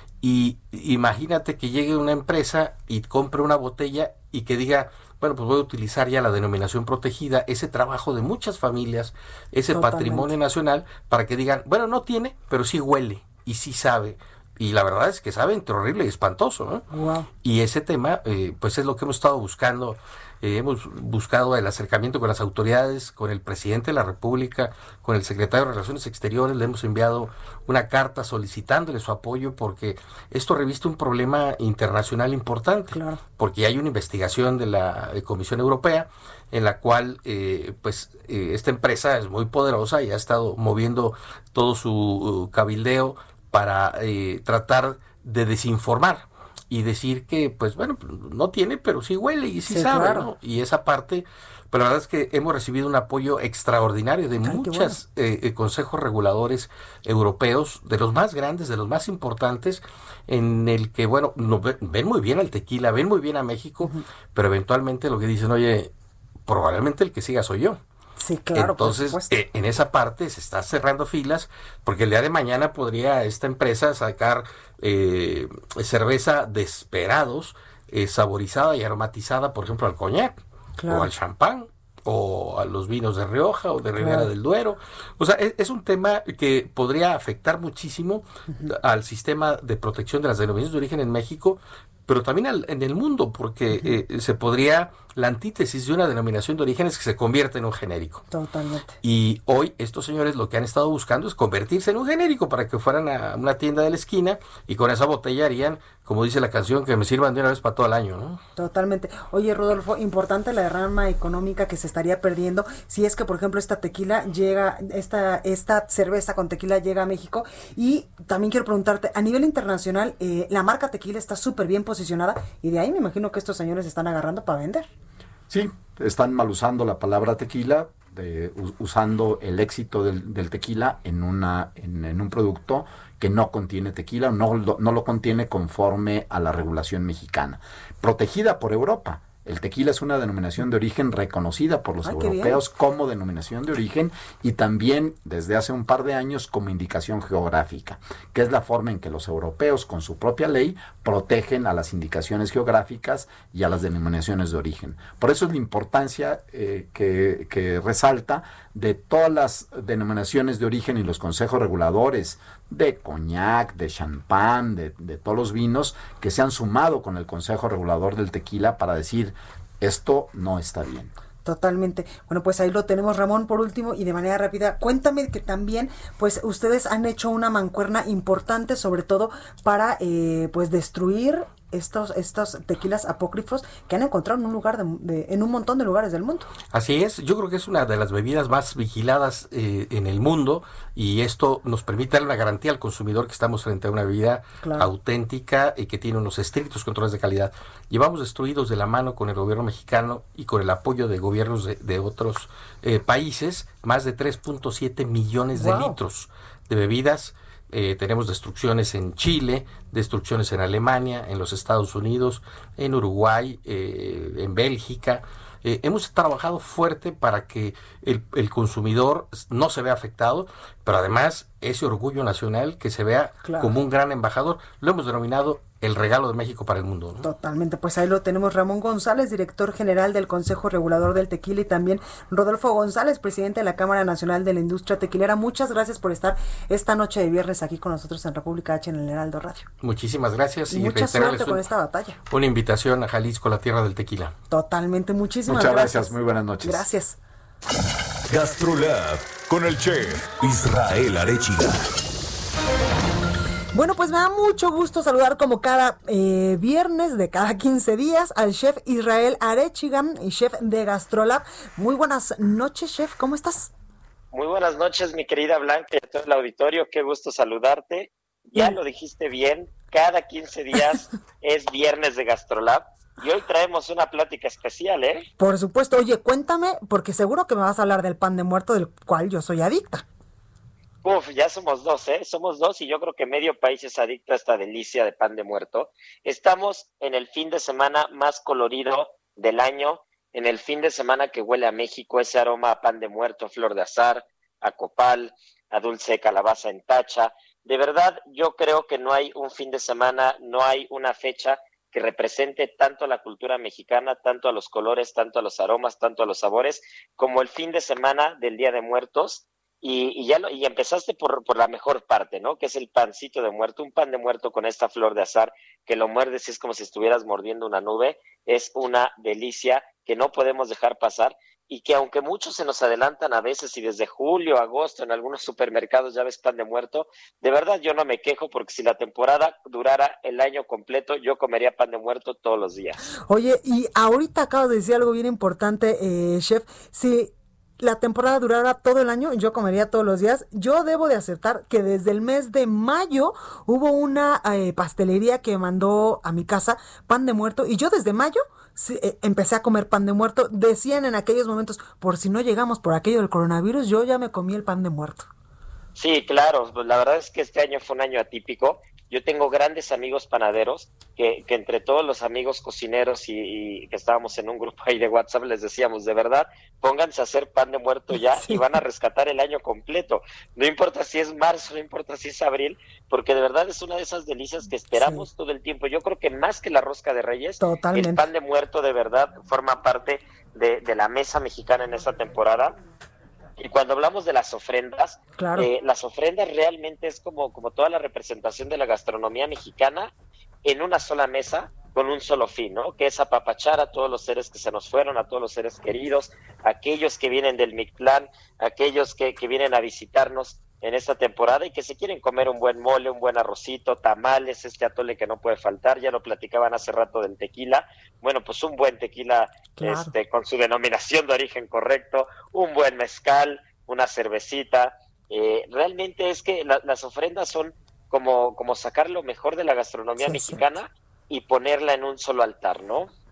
Y imagínate que llegue una empresa y compre una botella y que diga, bueno, pues voy a utilizar ya la denominación protegida, ese trabajo de muchas familias, ese Totalmente. patrimonio nacional, para que digan, bueno, no tiene, pero sí huele y sí sabe. Y la verdad es que sabe entre horrible y espantoso, ¿no? Wow. Y ese tema, eh, pues es lo que hemos estado buscando. Eh, hemos buscado el acercamiento con las autoridades, con el presidente de la República, con el secretario de Relaciones Exteriores. Le hemos enviado una carta solicitándole su apoyo, porque esto reviste un problema internacional importante. Claro. Porque hay una investigación de la eh, Comisión Europea en la cual eh, pues eh, esta empresa es muy poderosa y ha estado moviendo todo su uh, cabildeo para eh, tratar de desinformar y decir que, pues bueno, no tiene, pero sí huele y sí, sí sabe, claro. ¿no? Y esa parte, pero la verdad es que hemos recibido un apoyo extraordinario de Ay, muchos bueno. eh, consejos reguladores europeos, de los más grandes, de los más importantes, en el que, bueno, no, ven muy bien al tequila, ven muy bien a México, uh-huh. pero eventualmente lo que dicen, oye, probablemente el que siga soy yo. Sí, claro. Entonces, eh, en esa parte se está cerrando filas, porque el día de mañana podría esta empresa sacar eh, cerveza Desperados, eh, saborizada y aromatizada, por ejemplo, al coñac, claro. o al champán, o a los vinos de Rioja o de Ribera claro. del Duero. O sea, es, es un tema que podría afectar muchísimo uh-huh. al sistema de protección de las denominaciones de origen en México, pero también al, en el mundo, porque uh-huh. eh, se podría, la antítesis de una denominación de origen es que se convierta en un genérico. Totalmente. Y hoy estos señores lo que han estado buscando es convertirse en un genérico para que fueran a una tienda de la esquina y con esa botella harían, como dice la canción, que me sirvan de una vez para todo el año, ¿no? Totalmente. Oye, Rodolfo, importante la derrama económica que se estaría perdiendo si es que, por ejemplo, esta tequila llega, esta esta cerveza con tequila llega a México. Y también quiero preguntarte, a nivel internacional, eh, la marca tequila está súper bien posicionada y de ahí me imagino que estos señores están agarrando para vender. Sí, están mal usando la palabra tequila de, usando el éxito del, del tequila en, una, en, en un producto que no contiene tequila, no, no lo contiene conforme a la regulación mexicana, protegida por Europa. El tequila es una denominación de origen reconocida por los Ay, europeos como denominación de origen y también desde hace un par de años como indicación geográfica, que es la forma en que los europeos con su propia ley protegen a las indicaciones geográficas y a las denominaciones de origen. Por eso es la importancia eh, que, que resalta de todas las denominaciones de origen y los consejos reguladores de coñac, de champán, de, de todos los vinos que se han sumado con el Consejo Regulador del Tequila para decir esto no está bien. Totalmente. Bueno, pues ahí lo tenemos, Ramón. Por último y de manera rápida, cuéntame que también, pues ustedes han hecho una mancuerna importante, sobre todo para, eh, pues destruir estos estos tequilas apócrifos que han encontrado en un lugar de, de, en un montón de lugares del mundo. Así es, yo creo que es una de las bebidas más vigiladas eh, en el mundo y esto nos permite dar una garantía al consumidor que estamos frente a una bebida claro. auténtica y que tiene unos estrictos controles de calidad. Llevamos destruidos de la mano con el gobierno mexicano y con el apoyo de gobiernos de, de otros eh, países más de tres punto siete millones wow. de litros de bebidas. Eh, tenemos destrucciones en Chile, destrucciones en Alemania, en los Estados Unidos, en Uruguay, eh, en Bélgica. Eh, hemos trabajado fuerte para que el, el consumidor no se vea afectado, pero además ese orgullo nacional que se vea claro. como un gran embajador. Lo hemos denominado el regalo de México para el mundo, ¿no? Totalmente, pues ahí lo tenemos. Ramón González, director general del Consejo Regulador del Tequila, y también Rodolfo González, presidente de la Cámara Nacional de la Industria Tequilera. Muchas gracias por estar esta noche de viernes aquí con nosotros en República H en el Heraldo Radio. Muchísimas gracias. Y, y mucha suerte un, con esta batalla. Una invitación a Jalisco, la tierra del tequila. Totalmente, muchísimas Muchas gracias. gracias, muy buenas noches. Gracias. GastroLab con el chef Israel Arechiga. Bueno, pues me da mucho gusto saludar como cada eh, viernes de cada quince días al chef Israel Arechiga, chef de GastroLab. Muy buenas noches, chef, ¿cómo estás? Muy buenas noches, mi querida Blanca, y a todo el auditorio, qué gusto saludarte. Ya lo dijiste bien, cada quince días es viernes de GastroLab. Y hoy traemos una plática especial, ¿eh? Por supuesto. Oye, cuéntame, porque seguro que me vas a hablar del pan de muerto, del cual yo soy adicta. Uf, ya somos dos, ¿eh? Somos dos y yo creo que medio país es adicto a esta delicia de pan de muerto. Estamos en el fin de semana más colorido del año, en el fin de semana que huele a México, ese aroma a pan de muerto, a flor de azahar, a copal, a dulce de calabaza en tacha. De verdad, yo creo que no hay un fin de semana, no hay una fecha que represente tanto a la cultura mexicana, tanto a los colores, tanto a los aromas, tanto a los sabores, como el fin de semana del Día de Muertos. Y, y ya lo, y empezaste por, por la mejor parte, ¿no? Que es el pancito de muerto, un pan de muerto con esta flor de azahar, que lo muerdes y es como si estuvieras mordiendo una nube. Es una delicia que no podemos dejar pasar y que aunque muchos se nos adelantan a veces y desde julio, agosto en algunos supermercados ya ves pan de muerto, de verdad yo no me quejo porque si la temporada durara el año completo yo comería pan de muerto todos los días. Oye, y ahorita acabas de decir algo bien importante, eh, chef, si la temporada durara todo el año, yo comería todos los días. Yo debo de aceptar que desde el mes de mayo hubo una eh, pastelería que mandó a mi casa pan de muerto y yo desde mayo sí, eh, empecé a comer pan de muerto. Decían en aquellos momentos, por si no llegamos por aquello del coronavirus, yo ya me comí el pan de muerto. Sí, claro, pues la verdad es que este año fue un año atípico. Yo tengo grandes amigos panaderos que, que entre todos los amigos cocineros y, y que estábamos en un grupo ahí de WhatsApp les decíamos, de verdad, pónganse a hacer pan de muerto ya sí. y van a rescatar el año completo. No importa si es marzo, no importa si es abril, porque de verdad es una de esas delicias que esperamos sí. todo el tiempo. Yo creo que más que la rosca de Reyes, Totalmente. el pan de muerto de verdad forma parte de, de la mesa mexicana en esta temporada. Y cuando hablamos de las ofrendas, claro. eh, las ofrendas realmente es como, como toda la representación de la gastronomía mexicana en una sola mesa, con un solo fin, ¿no? Que es apapachar a todos los seres que se nos fueron, a todos los seres queridos, aquellos que vienen del Mictlán, aquellos que, que vienen a visitarnos en esta temporada y que se quieren comer un buen mole, un buen arrocito, tamales, este atole que no puede faltar. Ya lo platicaban hace rato del tequila. Bueno, pues un buen tequila claro. este, con su denominación de origen correcto, un buen mezcal, una cervecita. Eh, realmente es que la, las ofrendas son como, como sacar lo mejor de la gastronomía sí, mexicana sí. y ponerla en un solo altar, ¿no?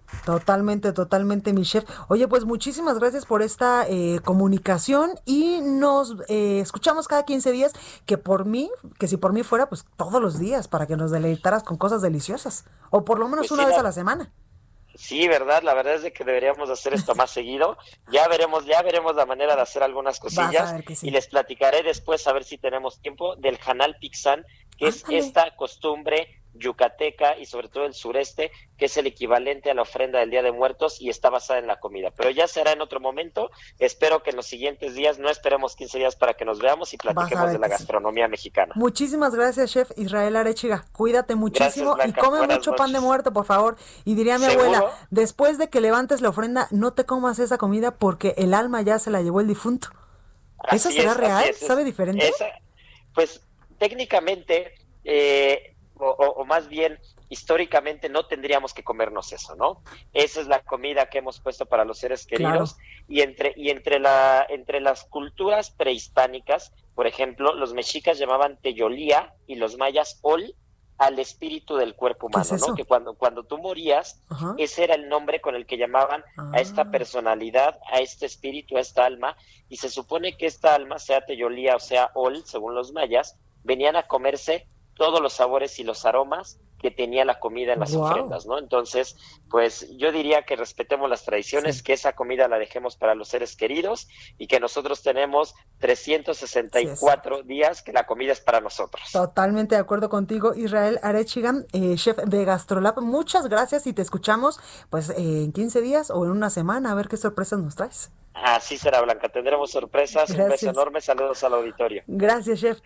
Totalmente, totalmente, mi chef. Oye, pues muchísimas gracias por esta eh, comunicación y nos eh, escuchamos cada quince días, que por mí, que si por mí fuera, pues todos los días, para que nos deleitaras con cosas deliciosas, o por lo menos Pues una sí, vez la- a la semana. Sí, verdad, la verdad es de que deberíamos hacer esto más seguido. Ya veremos, ya veremos la manera de hacer algunas Vas a cosillas ver que sí. y les platicaré después a ver si tenemos tiempo del Hanal Pixán, que es Ándale. esta costumbre yucateca y sobre todo el sureste, que es el equivalente a la ofrenda del Día de Muertos y está basada en la comida. Pero ya será en otro momento. Espero que en los siguientes días, no esperemos quince días para que nos veamos y Vas a platiquemos ver de la que sí. gastronomía mexicana. Muchísimas gracias, chef Israel Arechiga. Cuídate muchísimo Blanca. y come Buenas mucho pan de noches. muerto, por favor. Y diría mi ¿Seguro? abuela, después de que levantes la ofrenda, no te comas esa comida porque el alma ya se la llevó el difunto. ¿Eso Así será es, real? así es, es- ¿Sabe diferente? esa- pues técnicamente, eh, o, o- o más bien históricamente, no tendríamos que comernos eso, ¿no? Esa es la comida que hemos puesto para los seres queridos. Y entre y entre la entre las culturas prehispánicas, por ejemplo, los mexicas llamaban teyolía y los mayas ol al espíritu del cuerpo ¿Qué es humano, eso? ¿no? Que cuando cuando tú morías, Ajá. ese era el nombre con el que llamaban Ah. a esta personalidad, a este espíritu, a esta alma, y se supone que esta alma, sea teyolía o sea ol, según los mayas, venían a comerse todos los sabores y los aromas que tenía la comida en las Guau. ofrendas, ¿no? Entonces, pues yo diría que respetemos las tradiciones, Sí. que esa comida la dejemos para los seres queridos y que nosotros tenemos trescientos sesenta y cuatro días que la comida es para nosotros. Totalmente de acuerdo contigo, Israel Arechiga, eh, chef de GastroLab. Muchas gracias y te escuchamos pues eh, en quince días o en una semana a ver qué sorpresas nos traes. Así será, Blanca. Tendremos sorpresas. Un Gracias. beso enorme. Saludos al auditorio. Gracias, chef.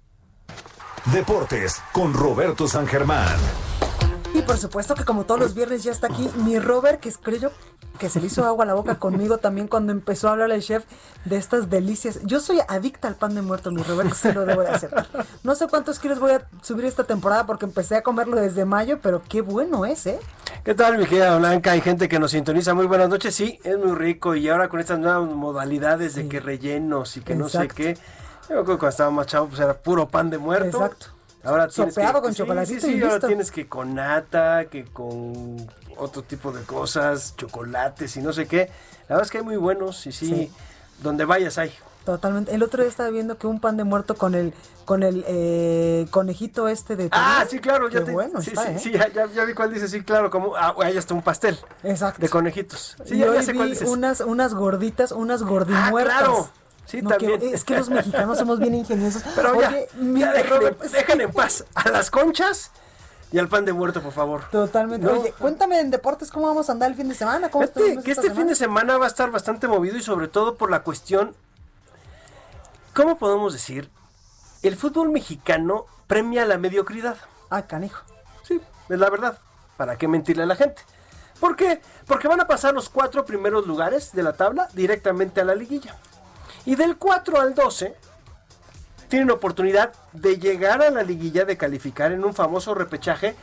Deportes con Roberto San Germán. Y por supuesto que como todos los viernes ya está aquí mi Robert, que es- creo yo que se le hizo agua a la boca conmigo también cuando empezó a hablar el chef de estas delicias. Yo soy adicta al pan de muerto, mi Robert, se lo debo de aceptar. No sé cuántos kilos voy a subir esta temporada porque empecé a comerlo desde mayo, pero qué bueno es, ¿eh? ¿Qué tal, mi querida Blanca? Hay gente que nos sintoniza. Muy buenas noches. Sí, es muy rico. Y ahora con estas nuevas modalidades de que rellenos y que no sé Exacto. qué. Yo creo que cuando estaba más chavo, pues era puro pan de muerto. Exacto. Ahora tienes Sopeado que, con sí, chocolatito sí, sí, y ahora listo. tienes que con nata, que con otro tipo de cosas, chocolates y no sé qué. La verdad es que hay muy buenos y sí, Sí. donde vayas hay. Totalmente. El otro día estaba viendo que un pan de muerto con el con el eh, conejito este de Ah, Torino. sí, claro, ya Qué te, bueno sí, está, sí, ¿eh? sí, ya, ya, ya vi cuál dice, sí, claro, como, ah, ahí está un pastel. Exacto. De conejitos. Sí, y ya, hoy ya sé cuál vi dices. unas, unas gorditas, unas gordimuertas. Ah, claro. Sí, No, también. que- es que los mexicanos somos bien ingeniosos. Pero ya, Oye, mi ya dejen, Robert, dejen en paz a las conchas y al pan de muerto, por favor. Totalmente. No. Oye, cuéntame en deportes cómo vamos a andar el fin de semana. ¿Cómo Fíjate estuvimos que esta este fin de semana? semana va a estar bastante movido y sobre todo por la cuestión, ¿cómo podemos decir? El fútbol mexicano premia la mediocridad. Ah, canijo. Sí, es la verdad. ¿Para qué mentirle a la gente? ¿Por qué? Porque van a pasar los cuatro primeros lugares de la tabla directamente a la liguilla. Y del cuatro al doce tienen oportunidad de llegar a la liguilla, de calificar en un famoso repechaje.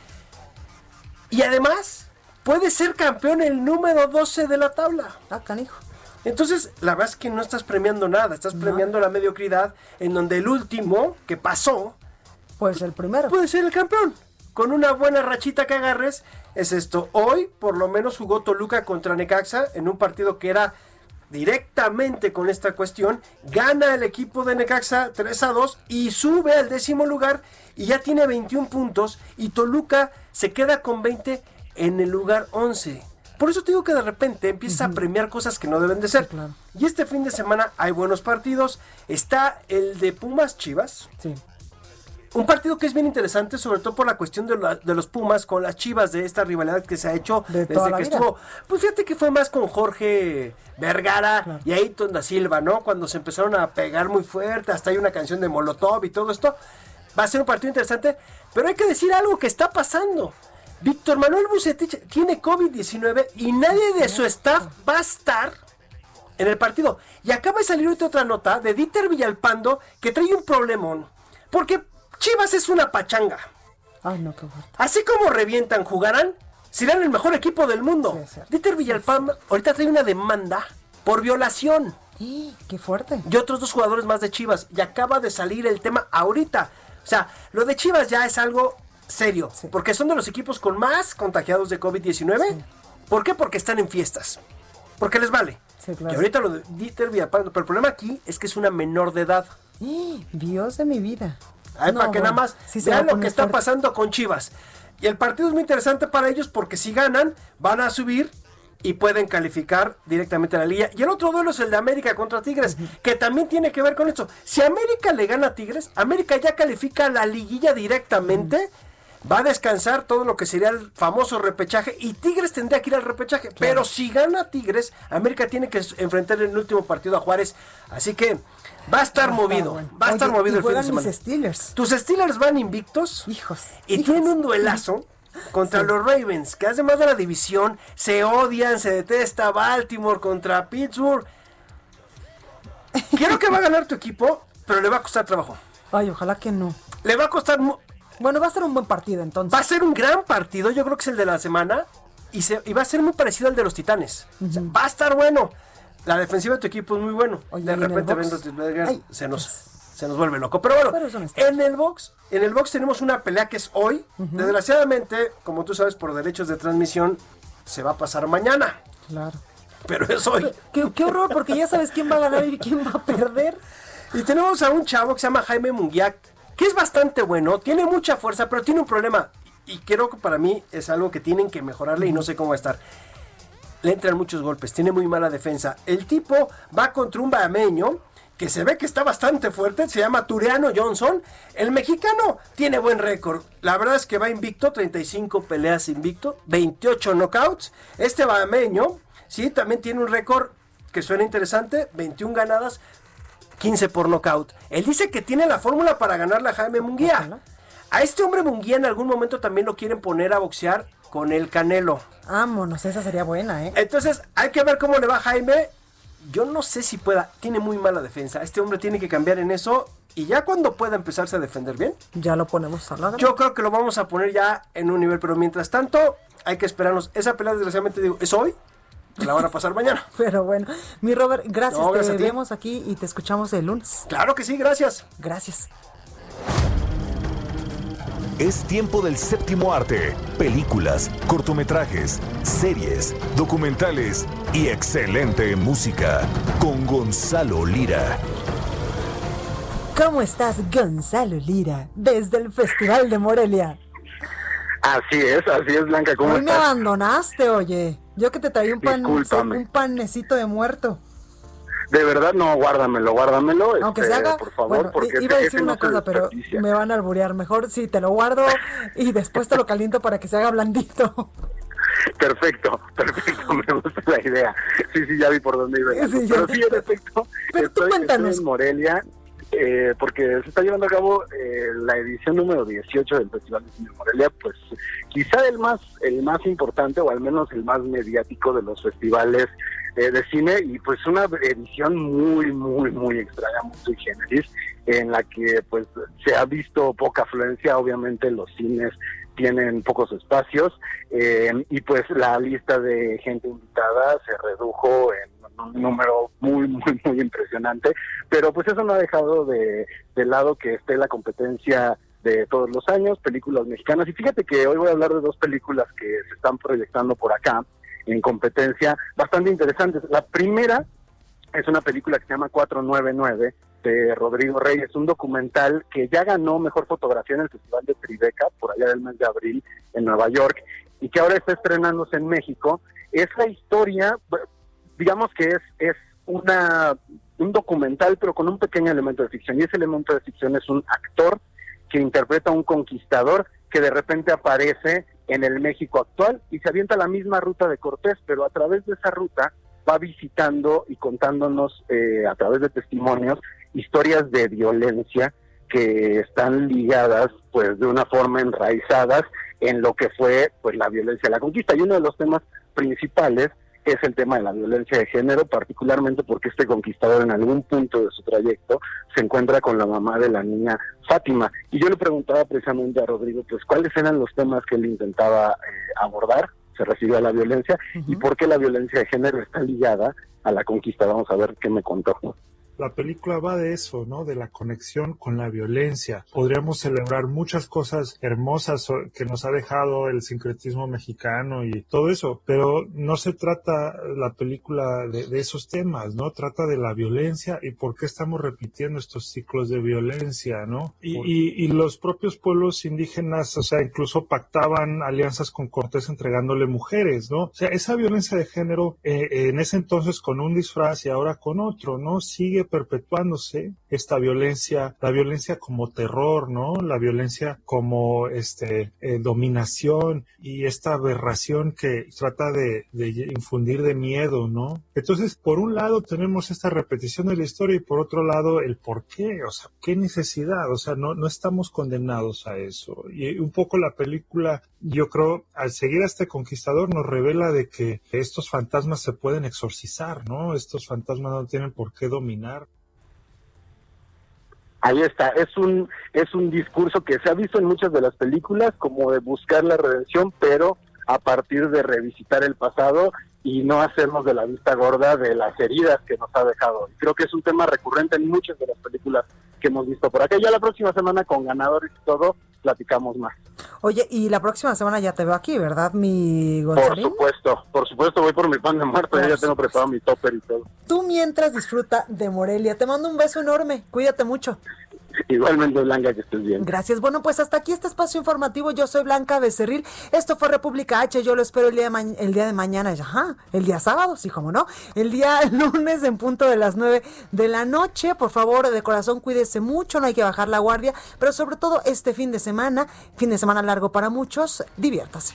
Y además, puede ser campeón el número doce de la tabla. Ah, canijo. Entonces, la verdad es que no estás premiando nada, estás No. premiando la mediocridad, en donde el último que pasó Pues el primero. puede ser el campeón. Con una buena rachita que agarres, es esto. Hoy, por lo menos, jugó Toluca contra Necaxa en un partido que era directamente con esta cuestión. Gana el equipo de Necaxa tres a dos y sube al décimo lugar y ya tiene veintiún puntos. Y Toluca se queda con veinte en el lugar once. Por eso te digo que de repente empieza a premiar cosas que no deben de ser. Sí, claro. Y este fin de semana hay buenos partidos. Está el de Pumas Chivas. Sí. Un partido que es bien interesante, sobre todo por la cuestión de, la- de los Pumas con las Chivas, de esta rivalidad que se ha hecho De desde toda la que vida. estuvo. Pues fíjate que fue más con Jorge Vergara Claro. y Ayrton da Silva, ¿no? Cuando se empezaron a pegar muy fuerte, hasta hay una canción de Molotov y todo esto. Va a ser un partido interesante, pero hay que decir algo que está pasando. Víctor Manuel Bucetich tiene COVID diecinueve y nadie de su staff va a estar en el partido. Y acaba de salir ahorita otra nota de Dieter Villalpando que trae un problemón. Porque Chivas es una pachanga. Ay, no, qué fuerte. Así como revientan, jugarán, serán el mejor equipo del mundo. Sí, es cierto. Dieter Villalpando ahorita trae una demanda por violación. ¡Ih, qué fuerte! Y otros dos jugadores más de Chivas. Y acaba de salir el tema ahorita. O sea, lo de Chivas ya es algo serio. Sí. Porque son de los equipos con más contagiados de COVID diecinueve. ¿Por qué? Porque están en fiestas. Porque les vale. Sí, claro. Y ahorita lo de Dieter Villalpando, pero el problema aquí es que es una menor de edad. Dios de mi vida. Ay, No, para que bueno, nada más sí se vean va a lo poner que está fuerte. pasando con Chivas. Y el partido es muy interesante para ellos porque si ganan, van a subir y pueden calificar directamente a la liga. Y el otro duelo es el de América contra Tigres, uh-huh. que también tiene que ver con esto. Si América le gana a Tigres, América ya califica a la liguilla directamente. Uh-huh. Va a descansar todo lo que sería el famoso repechaje y Tigres tendría que ir al repechaje. Claro. Pero si gana Tigres, América tiene que enfrentar en el último partido a Juárez. Así que va a estar va movido. Bueno. Va a estar Oye, movido el fin de semana. Mis Steelers. Tus Steelers van invictos. Hijos. Y hijos. tienen un duelazo contra sí. los Ravens, que además de la división, se odian, se detesta. Baltimore contra Pittsburgh. Creo que va a ganar tu equipo, pero le va a costar trabajo. Ay, ojalá que no. Le va a costar... Bueno, va a ser un buen partido entonces. Va a ser un gran partido, yo creo que es el de la semana. Y, se, y va a ser muy parecido al de los Titanes. Uh-huh. O sea, va a estar bueno. La defensiva de tu equipo es muy bueno. Oye, de repente Ay, se nos, se nos vuelve loco. Pero bueno, Pero en el box, en el box tenemos una pelea que es hoy. Uh-huh. Desgraciadamente, como tú sabes, por derechos de transmisión, se va a pasar mañana. Claro. Pero es hoy. Qué, qué horror, porque ya sabes quién va a ganar y quién va a perder. Y tenemos a un chavo que se llama Jaime Munguía, que es bastante bueno, tiene mucha fuerza, pero tiene un problema. Y creo que para mí es algo que tienen que mejorarle y no sé cómo va a estar. Le entran muchos golpes, tiene muy mala defensa. El tipo va contra un bahameño que se ve que está bastante fuerte, se llama Tureano Johnson. El mexicano tiene buen récord. La verdad es que va invicto, treinta y cinco peleas invicto, veintiocho knockouts. Este bahameño, sí, también tiene un récord que suena interesante, veintiuna ganadas, quince por knockout. Él dice que tiene la fórmula para ganarle a Jaime Munguía. A este hombre Munguía en algún momento también lo quieren poner a boxear con el Canelo. Vámonos, esa sería buena, ¿eh? Entonces, hay que ver cómo le va a Jaime. Yo no sé si pueda, tiene muy mala defensa. Este hombre tiene que cambiar en eso. Y ya cuando pueda empezarse a defender bien, ya lo ponemos a la Yo creo que lo vamos a poner ya en un nivel. Pero mientras tanto, hay que esperarnos. Esa pelea, desgraciadamente, digo, es hoy. La van a pasar mañana. Pero bueno, mi Robert, gracias. No, gracias te vemos aquí y te escuchamos el lunes. Claro que sí, gracias. Gracias. Es tiempo del séptimo arte. Películas, cortometrajes, series, documentales y excelente música. Con Gonzalo Lira. ¿Cómo estás, Gonzalo Lira? Desde el Festival de Morelia. Así es, así es, Blanca. ¿Cómo Hoy estás? me abandonaste, oye. Yo que te traía un pan, Discúlpame. un panecito de muerto. De verdad, no, guárdamelo, guárdamelo. Aunque este, se haga, por favor, bueno, porque iba a ese decir no una se cosa, pero desperdicia. me van a alburear. Mejor sí, te lo guardo y después te lo caliento para que se haga blandito. Perfecto, perfecto, me gusta la idea. Sí, sí, ya vi por dónde iba. Sí, pero ya. sí, en efecto, Pero tú estoy, cuéntanos. estoy en Morelia, eh, porque se está llevando a cabo eh, la edición número dieciocho del Festival de Cine de Morelia, pues quizá el más, el más importante, o al menos el más mediático de los festivales eh, de cine, y pues una edición muy, muy, muy extraña, muy sui generis, en la que pues se ha visto poca afluencia. Obviamente los cines tienen pocos espacios, eh, y pues la lista de gente invitada se redujo en un número muy, muy, muy impresionante, pero pues eso no ha dejado de, de lado que esté la competencia de todos los años, películas mexicanas. Y fíjate que hoy voy a hablar de dos películas que se están proyectando por acá en competencia, bastante interesantes. La primera es una película que se llama cuatro nueve nueve, de Rodrigo Reyes, un documental que ya ganó Mejor Fotografía en el Festival de Tribeca, por allá del mes de abril, en Nueva York, y que ahora está estrenándose en México. Es la historia, digamos que es, es una un documental, pero con un pequeño elemento de ficción, y ese elemento de ficción es un actor que interpreta a un conquistador que de repente aparece en el México actual y se avienta la misma ruta de Cortés, pero a través de esa ruta va visitando y contándonos eh, a través de testimonios historias de violencia que están ligadas pues de una forma enraizadas en lo que fue pues la violencia de la conquista. Y uno de los temas principales es el tema de la violencia de género, particularmente porque este conquistador en algún punto de su trayecto se encuentra con la mamá de la niña Fátima. Y yo le preguntaba precisamente a Rodrigo pues cuáles eran los temas que él intentaba eh, abordar, se refirió a la violencia, uh-huh. y por qué la violencia de género está ligada a la conquista. Vamos a ver qué me contó. La película va de eso, ¿no? De la conexión con la violencia. Podríamos celebrar muchas cosas hermosas que nos ha dejado el sincretismo mexicano y todo eso, pero no se trata la película de, de esos temas, ¿no? Trata de la violencia y por qué estamos repitiendo estos ciclos de violencia, ¿no? Y, y, y los propios pueblos indígenas, o sea, incluso pactaban alianzas con Cortés entregándole mujeres, ¿no? O sea, esa violencia de género eh, en ese entonces con un disfraz y ahora con otro, ¿no? Sigue perpetuándose esta violencia, la violencia como terror, ¿no? La violencia como este eh, dominación y esta aberración que trata de, de infundir de miedo, ¿no? Entonces, por un lado tenemos esta repetición de la historia y por otro lado el por qué, o sea, qué necesidad, o sea, no, no estamos condenados a eso. Y un poco la película, yo creo, al seguir a este conquistador nos revela de que estos fantasmas se pueden exorcizar, ¿no? Estos fantasmas no tienen por qué dominar. Ahí está, es un es un discurso que se ha visto en muchas de las películas como de buscar la redención, pero a partir de revisitar el pasado y no hacernos de la vista gorda de las heridas que nos ha dejado. Y creo que es un tema recurrente en muchas de las películas que hemos visto por acá. Ya la próxima semana con ganadores y todo platicamos más. Oye, y la próxima semana ya te veo aquí, ¿verdad, mi González? Por supuesto, por supuesto voy por mi pan de muerto, ya, ya tengo preparado mi topper y todo. Tú mientras disfruta de Morelia. Te mando un beso enorme, cuídate mucho. Igualmente, Blanca, que estés bien. Gracias. Bueno, pues hasta aquí este espacio informativo. Yo soy Blanca Becerril. Esto fue República H. Yo lo espero el día de, ma- el día de mañana. Ajá, el día sábado, sí, como no. El día lunes en punto de las nueve de la noche. Por favor, de corazón, cuídese mucho. No hay que bajar la guardia. Pero sobre todo este fin de semana, fin de semana largo para muchos, diviértase.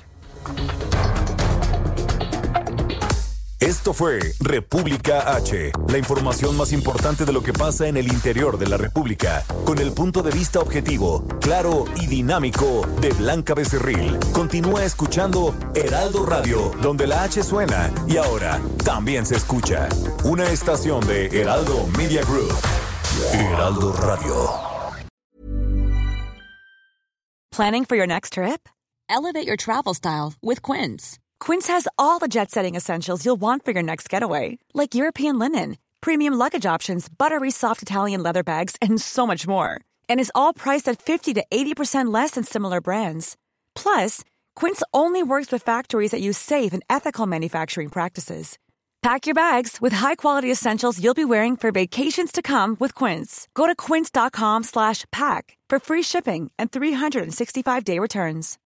Esto fue República H, la información más importante de lo que pasa en el interior de la República, con el punto de vista objetivo, claro y dinámico de Blanca Becerril. Continúa escuchando Heraldo Radio, donde la H suena y ahora también se escucha. Una estación de Heraldo Media Group. Heraldo Radio. Planning for your next trip? Elevate your travel style with Quince. Quince has all the jet-setting essentials you'll want for your next getaway, like European linen, premium luggage options, buttery soft Italian leather bags, and so much more. And is all priced at fifty to eighty percent less than similar brands. Plus, Quince only works with factories that use safe and ethical manufacturing practices. Pack your bags with high-quality essentials you'll be wearing for vacations to come with Quince. Go to quince.com slash pack for free shipping and three sixty-five day returns.